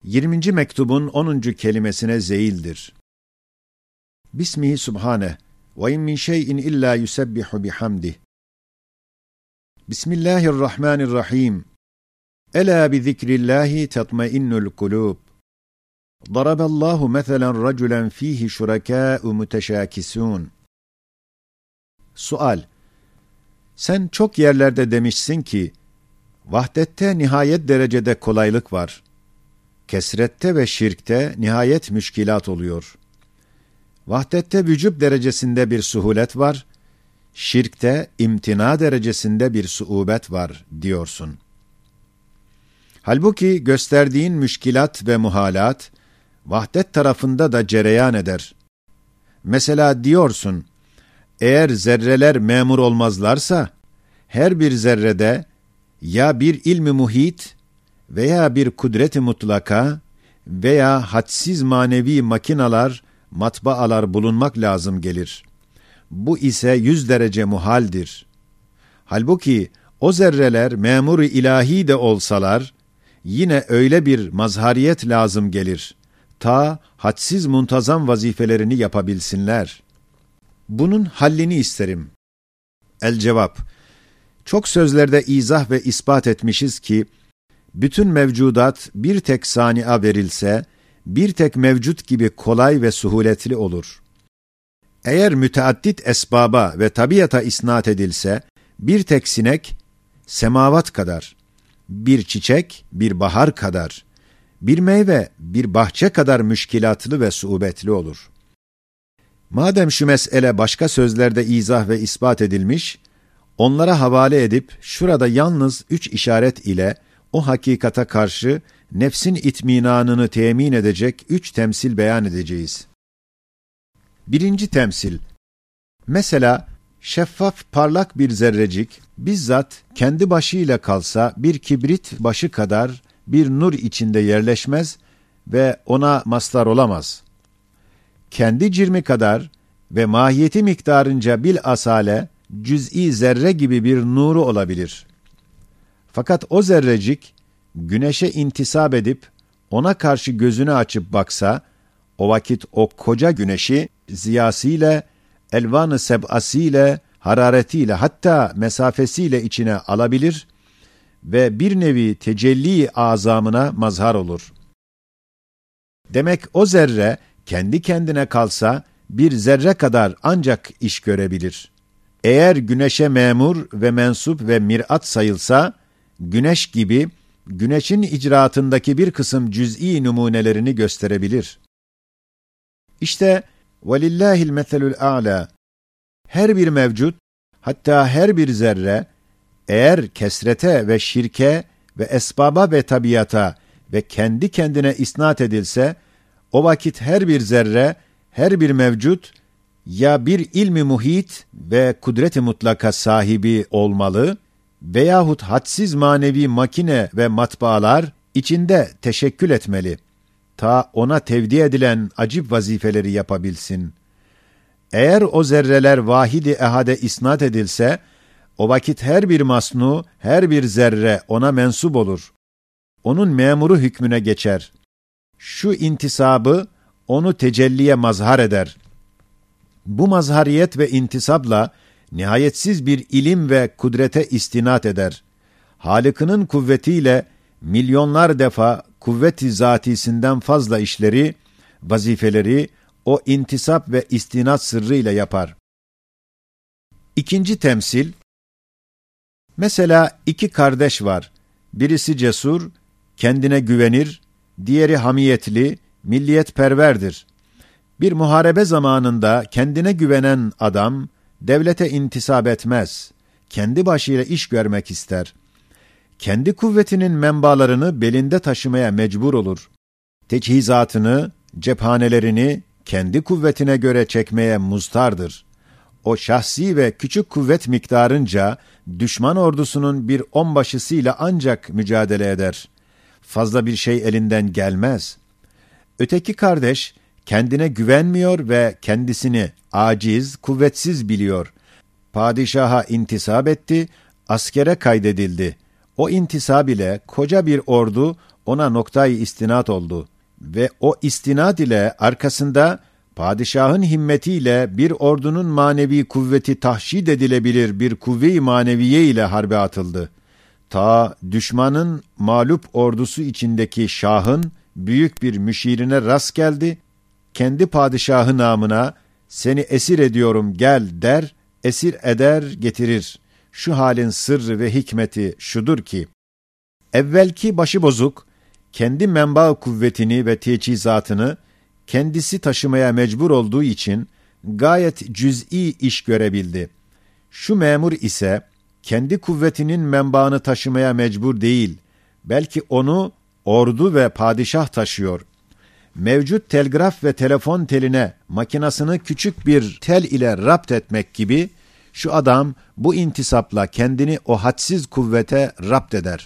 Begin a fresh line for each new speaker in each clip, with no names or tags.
20. mektubun 10. kelimesine zeyildir. Bismihi subhaneh ve in min şeyin illa yusebbihu bihamdih. Bismillahirrahmanirrahim. Ela bi zikrillahi tatmainnul kulub. Daraballahu meselen raculen fihi şurekâ'u müteşâkisûn. Sual: Sen çok yerlerde demişsin ki, vahdette nihayet derecede kolaylık var. Kesrette ve şirkte nihayet müşkilat oluyor. Vahdette vücub derecesinde bir suhulet var, şirkte imtina derecesinde bir suubet var diyorsun. Halbuki gösterdiğin müşkilat ve muhalat, vahdet tarafında da cereyan eder. Mesela diyorsun, eğer zerreler memur olmazlarsa, her bir zerrede ya bir ilmi muhit veya bir kudret-i mutlaka veya hadsiz manevi makinalar, matbaalar bulunmak lazım gelir. Bu ise 100 derece muhaldir. Halbuki o zerreler memur-u ilahi de olsalar, yine öyle bir mazhariyet lazım gelir. Ta hadsiz muntazam vazifelerini yapabilsinler. Bunun hallini isterim. El-cevap: Çok sözlerde izah ve ispat etmişiz ki, bütün mevcudat bir tek sani'a verilse, bir tek mevcut gibi kolay ve suhuletli olur. Eğer müteaddit esbaba ve tabiata isnat edilse, bir tek sinek, semavat kadar, bir çiçek, bir bahar kadar, bir meyve, bir bahçe kadar müşkilatlı ve suubetli olur. Madem şu mesele başka sözlerde izah ve ispat edilmiş, onlara havale edip, şurada yalnız 3 işaret ile o hakikata karşı nefsin itminanını temin edecek 3 temsil beyan edeceğiz. 1. temsil: Mesela, şeffaf parlak bir zerrecik, bizzat kendi başıyla kalsa bir kibrit başı kadar bir nur içinde yerleşmez ve ona mastar olamaz. Kendi cirmi kadar ve mahiyeti miktarınca bil asale, cüz'i zerre gibi bir nuru olabilir. Fakat o zerrecik, güneşe intisap edip, ona karşı gözünü açıp baksa, o vakit o koca güneşi, ziyasıyla, elvan-ı seb'asıyla, hararetiyle, hatta mesafesiyle içine alabilir ve bir nevi tecelli azamına mazhar olur. Demek o zerre, kendi kendine kalsa, bir zerre kadar ancak iş görebilir. Eğer güneşe memur ve mensup ve mirat sayılsa, güneş gibi, güneşin icraatındaki bir kısım cüz'i numunelerini gösterebilir. İşte, وَلِلَّهِ الْمَثَلُ الْاَعْلَى. Her bir mevcut, hatta her bir zerre, eğer kesrete ve şirke ve esbaba ve tabiata ve kendi kendine isnat edilse, o vakit her bir zerre, her bir mevcut, ya bir ilmi muhit ve kudret-i mutlaka sahibi olmalı, veyahut hadsiz manevi makine ve matbaalar içinde teşekkül etmeli, ta ona tevdi edilen acip vazifeleri yapabilsin. Eğer o zerreler vahid-i ehade isnat edilse, o vakit her bir masnu, her bir zerre ona mensup olur. Onun memuru hükmüne geçer. Şu intisabı onu tecelliye mazhar eder. Bu mazhariyet ve intisapla nihayetsiz bir ilim ve kudrete istinat eder. Halık'ının kuvvetiyle milyonlar defa kuvvet-i zatisinden fazla işleri, vazifeleri o intisap ve istinat sırrıyla yapar. 2. temsil: Mesela 2 kardeş var. Birisi cesur, kendine güvenir, diğeri hamiyetli, milliyetperverdir. Bir muharebe zamanında kendine güvenen adam, devlete intisap etmez, kendi başıyla iş görmek ister. Kendi kuvvetinin menbalarını belinde taşımaya mecbur olur. Teçhizatını, cephanelerini kendi kuvvetine göre çekmeye muztardır. O şahsi ve küçük kuvvet miktarınca düşman ordusunun bir onbaşısıyla ancak mücadele eder. Fazla bir şey elinden gelmez. Öteki kardeş kendine güvenmiyor ve kendisini aciz, kuvvetsiz biliyor. Padişaha intisap etti, askere kaydedildi. O intisab ile koca bir ordu ona noktayı istinad oldu ve o istinad ile arkasında padişahın himmetiyle bir ordunun manevi kuvveti tahşid edilebilir bir kuvve-i maneviye ile harbe atıldı. Ta düşmanın mağlup ordusu içindeki şahın büyük bir müşirine rast geldi, kendi padişahı namına seni esir ediyorum gel der, esir eder getirir. Şu halin sırrı ve hikmeti şudur ki, evvelki başıbozuk, kendi menba kuvvetini ve teçhizatını kendisi taşımaya mecbur olduğu için gayet cüz'i iş görebildi. Şu memur ise kendi kuvvetinin menbaını taşımaya mecbur değil, belki onu ordu ve padişah taşıyor. Mevcut telgraf ve telefon teline makinasını küçük bir tel ile rapt etmek gibi, şu adam bu intisapla kendini o hadsiz kuvvete rapt eder.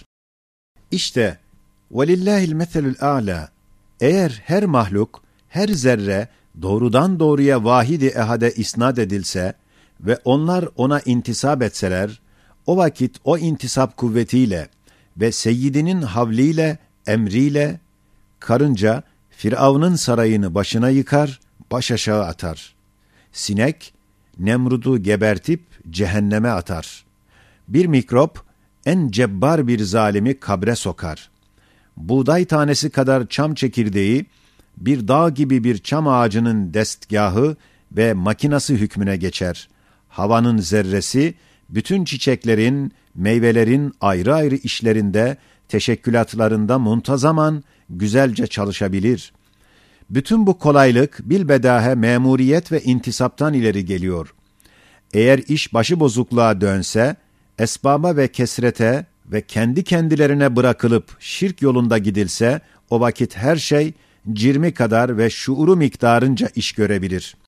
İşte velillahil meselül a'la, eğer her mahluk, her zerre doğrudan doğruya vahid-i ehade isnad edilse ve onlar ona intisap etseler, o vakit o intisap kuvvetiyle ve seyyidinin havliyle, emriyle, karınca Firavun'un sarayını başına yıkar, baş aşağı atar. Sinek, Nemrud'u gebertip cehenneme atar. Bir mikrop, en cebbar bir zalimi kabre sokar. Buğday tanesi kadar çam çekirdeği, bir dağ gibi bir çam ağacının destgahı ve makinası hükmüne geçer. Havanın zerresi, bütün çiçeklerin, meyvelerin ayrı ayrı işlerinde, teşekkülatlarında muntazaman, güzelce çalışabilir. Bütün bu kolaylık bilbedahe memuriyet ve intisaptan ileri geliyor. Eğer iş başıbozukluğa dönse, esbaba ve kesrete ve kendi kendilerine bırakılıp şirk yolunda gidilse, o vakit her şey cirmi kadar ve şuuru miktarınca iş görebilir.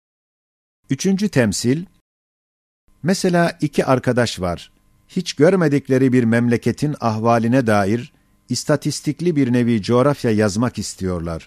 Üçüncü temsil, mesela iki arkadaş var. Hiç görmedikleri bir memleketin ahvaline dair istatistikli bir nevi coğrafya yazmak istiyorlar.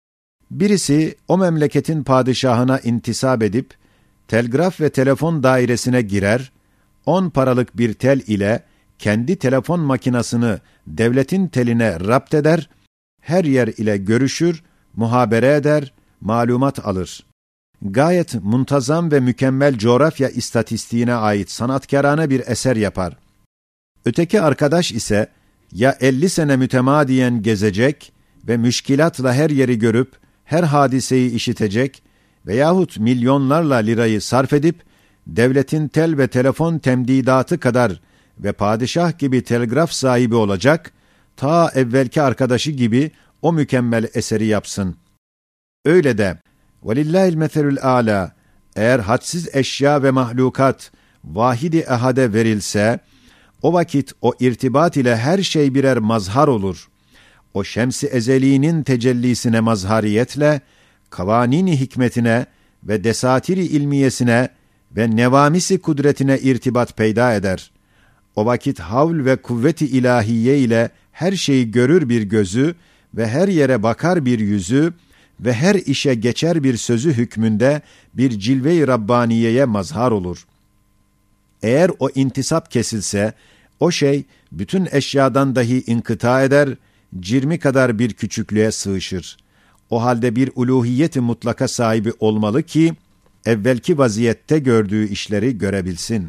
Birisi o memleketin padişahına intisap edip, telgraf ve telefon dairesine girer, 10 paralık bir tel ile kendi telefon makinasını devletin teline rapt eder, her yer ile görüşür, muhabere eder, malumat alır. Gayet muntazam ve mükemmel coğrafya istatistiğine ait sanatkarane bir eser yapar. Öteki arkadaş ise ya 50 sene mütemadiyen gezecek ve müşkilatla her yeri görüp her hadiseyi işitecek veyahut milyonlarla lirayı sarf edip devletin tel ve telefon temdidatı kadar ve padişah gibi telgraf sahibi olacak, ta evvelki arkadaşı gibi o mükemmel eseri yapsın. Öyle de velillahil meselül a'la, eğer hadsiz eşya ve mahlukat vahid-i ehade verilse, o vakit o irtibat ile her şey birer mazhar olur. O şems-i ezeliğinin tecellisine mazhariyetle, kavanini hikmetine ve desatiri ilmiyesine ve nevamisi kudretine irtibat peyda eder. O vakit havl ve kuvvet-i ilahiye ile her şeyi görür bir gözü ve her yere bakar bir yüzü ve her işe geçer bir sözü hükmünde bir cilve-i Rabbaniyeye mazhar olur. Eğer o intisap kesilse, o şey bütün eşyadan dahi inkıta eder, cirmi kadar bir küçüklüğe sığışır. O halde bir uluhiyet-i mutlaka sahibi olmalı ki, evvelki vaziyette gördüğü işleri görebilsin.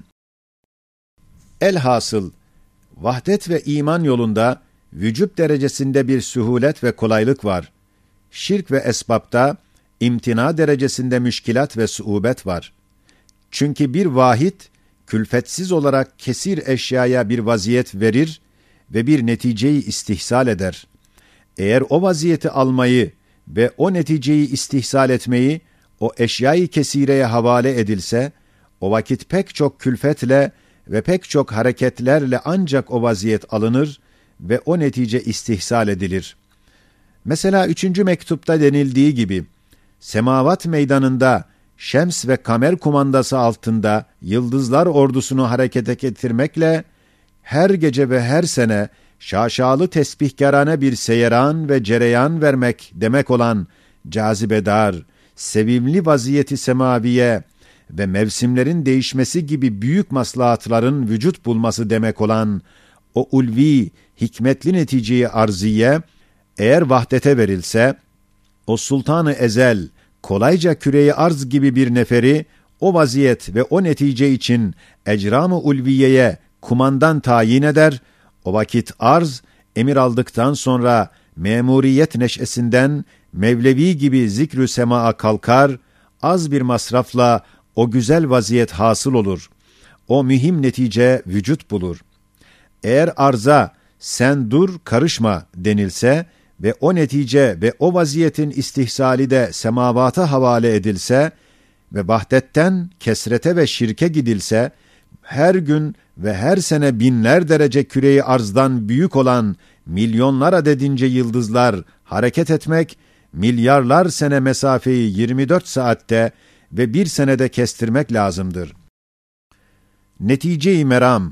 Elhasıl, vahdet ve iman yolunda vücub derecesinde bir sühulet ve kolaylık var. Şirk ve esbapta imtina derecesinde müşkilat ve suubet var. Çünkü bir vahid, külfetsiz olarak kesir eşyaya bir vaziyet verir ve bir neticeyi istihsal eder. Eğer o vaziyeti almayı ve o neticeyi istihsal etmeyi o eşyayı kesireye havale edilse, o vakit pek çok külfetle ve pek çok hareketlerle ancak o vaziyet alınır ve o netice istihsal edilir. Mesela 3. mektupta denildiği gibi, semavat meydanında şems ve kamer kumandası altında yıldızlar ordusunu harekete getirmekle, her gece ve her sene şaşalı tesbihkarane bir seyeran ve cereyan vermek demek olan cazibedar, sevimli vaziyeti semaviye ve mevsimlerin değişmesi gibi büyük maslahatların vücut bulması demek olan o ulvi, hikmetli neticeyi arziye, eğer vahdete verilse, o sultanı ezel, kolayca küreyi arz gibi bir neferi, o vaziyet ve o netice için ecram-ı ulviyeye kumandan tayin eder, o vakit arz, emir aldıktan sonra memuriyet neşesinden Mevlevi gibi zikrü semaa kalkar, az bir masrafla o güzel vaziyet hasıl olur. O mühim netice vücut bulur. Eğer arza sen dur karışma denilse ve o netice ve o vaziyetin istihsali de semavata havale edilse ve vahdetten kesrete ve şirke gidilse, her gün ve her sene binler derece küreyi arzdan büyük olan milyonlar adedince yıldızlar hareket etmek, milyarlar sene mesafeyi 24 saatte ve bir senede kestirmek lazımdır. Netice-i meram,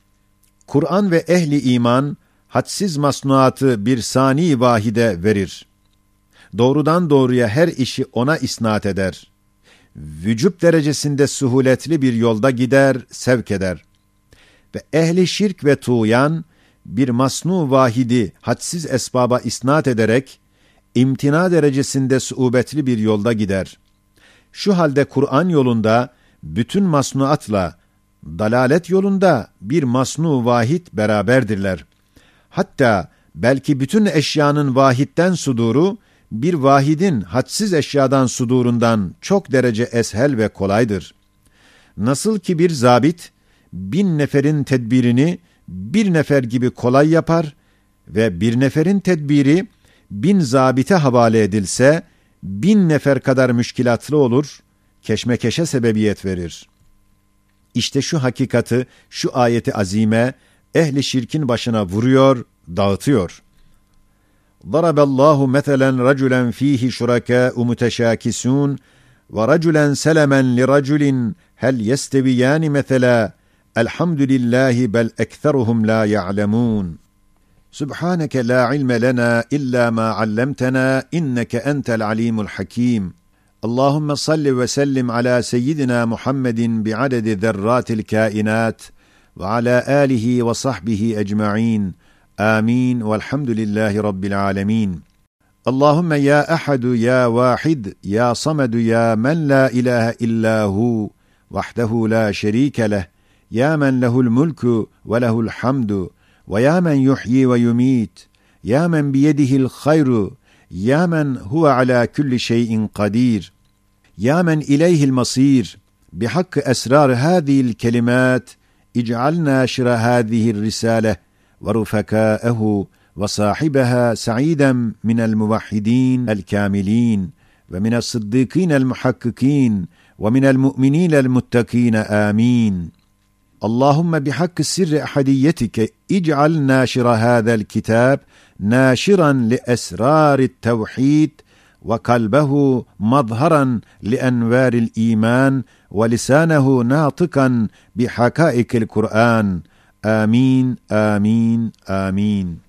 Kur'an ve ehli iman, hadsiz masnuatı bir sani vahide verir. Doğrudan doğruya her işi ona isnat eder. Vücub derecesinde suhuletli bir yolda gider, sevk eder. Ve ehli şirk ve tuğyan, bir masnu vahidi hadsiz esbaba isnat ederek, imtina derecesinde suubetli bir yolda gider. Şu halde Kur'an yolunda, bütün masnuatla, dalalet yolunda bir masnu vahid beraberdirler. Hatta belki bütün eşyanın vahitten suduru, bir vahidin hadsiz eşyadan sudurundan çok derece eshel ve kolaydır. Nasıl ki bir zabit, 1000 neferin tedbirini bir nefer gibi kolay yapar ve bir neferin tedbiri 1000 zabite havale edilse, 1000 nefer kadar müşkilatlı olur, keşmekeşe sebebiyet verir. İşte şu hakikati, şu ayeti azime, ehli şirkin başına vuruyor, dağıtıyor. ضَرَبَ اللّٰهُ مَثَلًا رَجُلًا ف۪يهِ شُرَكَاءُ مُتَشَاكِسُونَ وَرَجُلًا سَلَمًا لِرَجُلٍ هَلْ يَسْتَوِيَانِ مَثَلًا الْحَمْدُ لِلّٰهِ بَلْ أَكْثَرُهُمْ لَا يَعْلَمُونَ سُبْحَانَكَ لَا عِلْمَ لَنَا إِلَّا مَا عَلَّمْتَنَا إِنَّكَ أَنْتَ الْعَلِيمُ الْحَكِيمُ اللهم صل وسلم على سيدنا محمد بعدد ذرات الكائنات وعلى آله وصحبه أجمعين آمين والحمد لله رب العالمين اللهم يا أحد يا واحد يا صمد يا من لا إله إلا هو وحده لا شريك له يا من له الملك وله الحمد ويا من يحيي ويميت يا من بيده الخير يا من هو على كل شيء قدير يا من إليه المصير بحق أسرار هذه الكلمات اجعل ناشر هذه الرسالة ورفقاءه وصاحبها سعيدا من الموحدين الكاملين ومن الصديقين المحققين ومن المؤمنين المتقين آمين اللهم بحق سر أحديتك اجعل ناشر هذا الكتاب ناشرا لأسرار التوحيد وقلبه مظهرا لأنوار الإيمان ولسانه ناطقا بحقائق القرآن آمين آمين آمين